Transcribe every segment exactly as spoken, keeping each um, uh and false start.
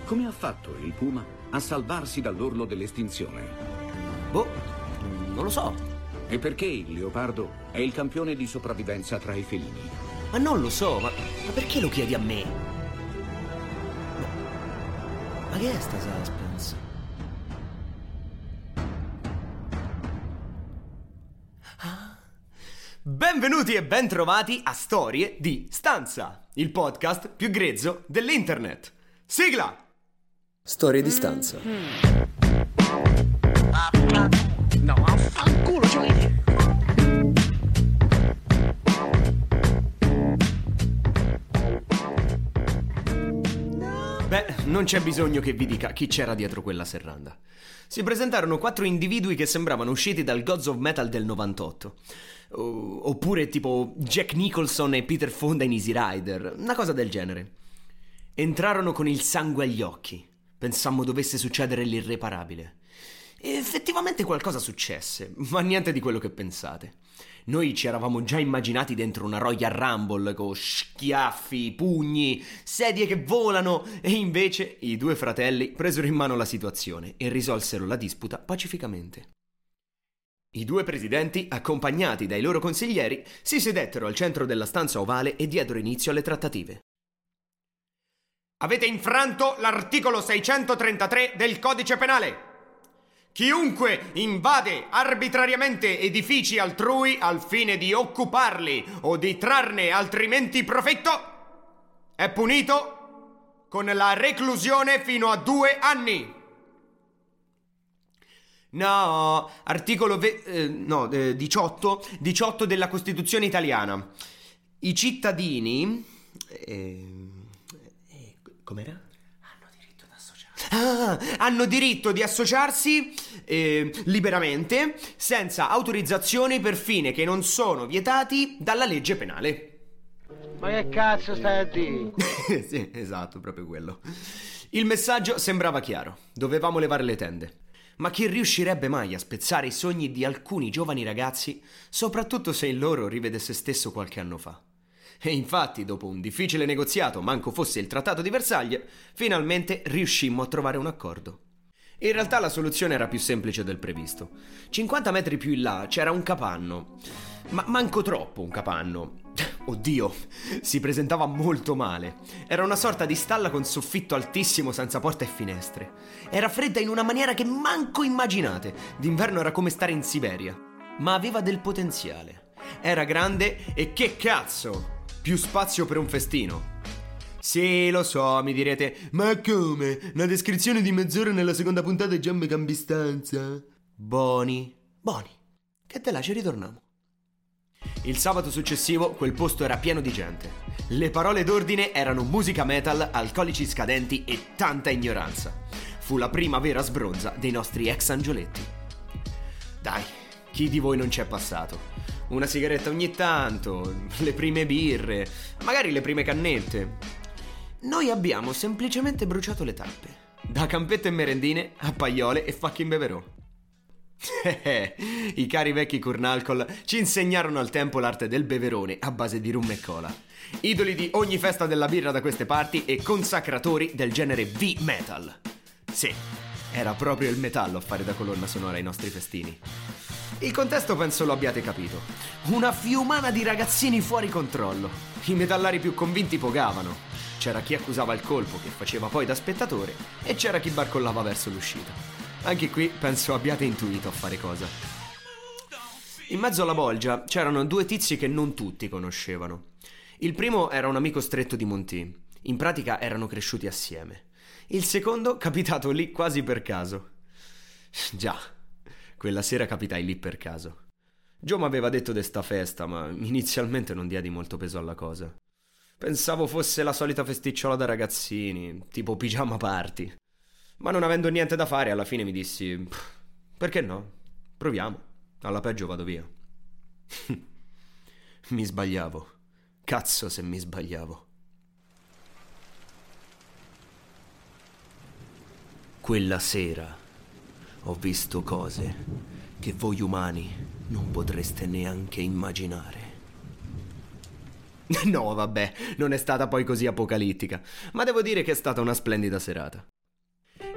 Come ha fatto il puma a salvarsi dall'orlo dell'estinzione? Boh, non lo so. E perché il leopardo è il campione di sopravvivenza tra i felini? Ma non lo so, ma, ma perché lo chiedi a me? Ma, ma che è sta suspense? Ah. Benvenuti e bentrovati a Storie di Stanza, il podcast più grezzo dell'internet. Sigla! Storie di Stanza. No, affanculo, cioè. Beh, non c'è bisogno che vi dica chi c'era dietro quella serranda. Si presentarono quattro individui che sembravano usciti dal Gods of Metal del novantotto. O- oppure tipo Jack Nicholson e Peter Fonda in Easy Rider, una cosa del genere. Entrarono con il sangue agli occhi. Pensammo dovesse succedere l'irreparabile. E effettivamente qualcosa successe, ma niente di quello che pensate. Noi ci eravamo già immaginati dentro una Royal Rumble con schiaffi, pugni, sedie che volano, e invece i due fratelli presero in mano la situazione e risolsero la disputa pacificamente. I due presidenti, accompagnati dai loro consiglieri, si sedettero al centro della stanza ovale e diedero inizio alle trattative. Avete infranto l'articolo seicentotrentatré del Codice Penale. Chiunque invade arbitrariamente edifici altrui al fine di occuparli o di trarne altrimenti profitto è punito con la reclusione fino a due anni. No, articolo ve- eh, no, eh, diciotto, diciotto della Costituzione italiana. I cittadini... Eh, eh, com'era? Ah, hanno diritto di associarsi eh, liberamente, senza autorizzazioni per fini che non sono vietati dalla legge penale. Ma che cazzo stai a dire? Sì, esatto, proprio quello. Il messaggio sembrava chiaro. Dovevamo levare le tende. Ma chi riuscirebbe mai a spezzare i sogni di alcuni giovani ragazzi, soprattutto se il loro rivede se stesso qualche anno fa? E infatti, dopo un difficile negoziato, manco fosse il Trattato di Versailles, finalmente riuscimmo a trovare un accordo. In realtà la soluzione era più semplice del previsto. cinquanta metri più in là c'era un capanno, ma manco troppo un capanno. Oddio, si presentava molto male. Era una sorta di stalla con soffitto altissimo senza porte e finestre. Era fredda in una maniera che manco immaginate. D'inverno era come stare in Siberia. Ma aveva del potenziale. Era grande e che cazzo! Più spazio per un festino. Sì, lo so, mi direte, ma come? Una descrizione di mezz'ora nella seconda puntata e già mi cambi stanza? Boni, boni, che te là ci ritorniamo. Il sabato successivo quel posto era pieno di gente. Le parole d'ordine erano musica metal, alcolici scadenti e tanta ignoranza. Fu la prima vera sbronza dei nostri ex angioletti. Dai, chi di voi non c'è passato? Una sigaretta ogni tanto, le prime birre, magari le prime cannette. Noi abbiamo semplicemente bruciato le tappe, da campette e merendine a paiole e fucking beverò. I cari vecchi Kurnalkol ci insegnarono al tempo l'arte del beverone a base di rum e cola. Idoli di ogni festa della birra da queste parti e consacratori del genere V-metal. Sì, era proprio il metallo a fare da colonna sonora ai nostri festini. Il contesto penso lo abbiate capito. Una fiumana di ragazzini fuori controllo. I metallari più convinti pogavano. C'era chi accusava il colpo, che faceva poi da spettatore, e c'era chi barcollava verso l'uscita. Anche qui penso abbiate intuito a fare cosa. In mezzo alla bolgia c'erano due tizi che non tutti conoscevano. Il primo era un amico stretto di Monty. In pratica erano cresciuti assieme. Il secondo capitato lì quasi per caso. Già. Quella sera capitai lì per caso. Joe m'aveva detto de sta festa, ma inizialmente non diedi molto peso alla cosa. Pensavo fosse la solita festicciola da ragazzini, tipo pigiama party. Ma non avendo niente da fare, alla fine mi dissi: perché no? Proviamo. Alla peggio vado via. Mi sbagliavo. Cazzo se mi sbagliavo. Quella sera ho visto cose che voi umani non potreste neanche immaginare. No, vabbè, non è stata poi così apocalittica, ma devo dire che è stata una splendida serata.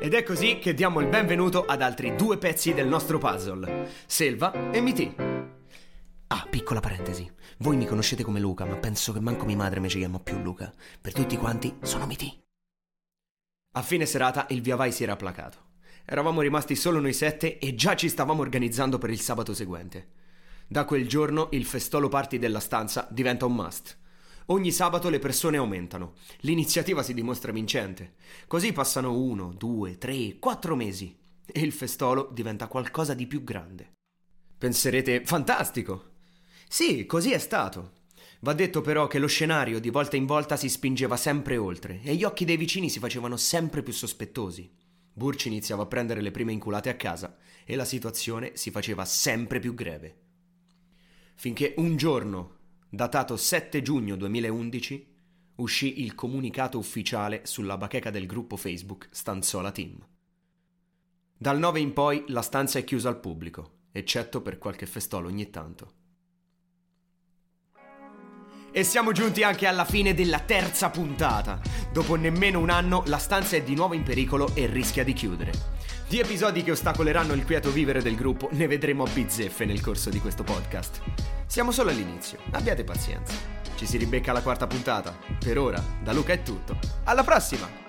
Ed è così che diamo il benvenuto ad altri due pezzi del nostro puzzle, Selva e Mitì. Ah, piccola parentesi, voi mi conoscete come Luca, ma penso che manco mia madre mi ci chiama più Luca. Per tutti quanti sono Mitì. A fine serata il via vai si era placato. Eravamo rimasti solo noi sette e già ci stavamo organizzando per il sabato seguente. Da quel giorno il festolo party della stanza diventa un must. Ogni sabato le persone aumentano, l'iniziativa si dimostra vincente. Così passano uno, due, tre, quattro mesi e il festolo diventa qualcosa di più grande. Penserete, fantastico! Sì, così è stato. Va detto però che lo scenario di volta in volta si spingeva sempre oltre e gli occhi dei vicini si facevano sempre più sospettosi. Burci iniziava a prendere le prime inculate a casa e la situazione si faceva sempre più greve. Finché un giorno, datato sette giugno duemilaundici, uscì il comunicato ufficiale sulla bacheca del gruppo Facebook Stanzola Team. Dal nove in poi la stanza è chiusa al pubblico, eccetto per qualche festolo ogni tanto. E siamo giunti anche alla fine della terza puntata. Dopo nemmeno un anno la stanza è di nuovo in pericolo e rischia di chiudere. Di episodi che ostacoleranno il quieto vivere del gruppo ne vedremo a bizzeffe nel corso di questo podcast. Siamo solo all'inizio, abbiate pazienza. Ci si ribecca alla quarta puntata. Per ora, da Luca è tutto. Alla prossima!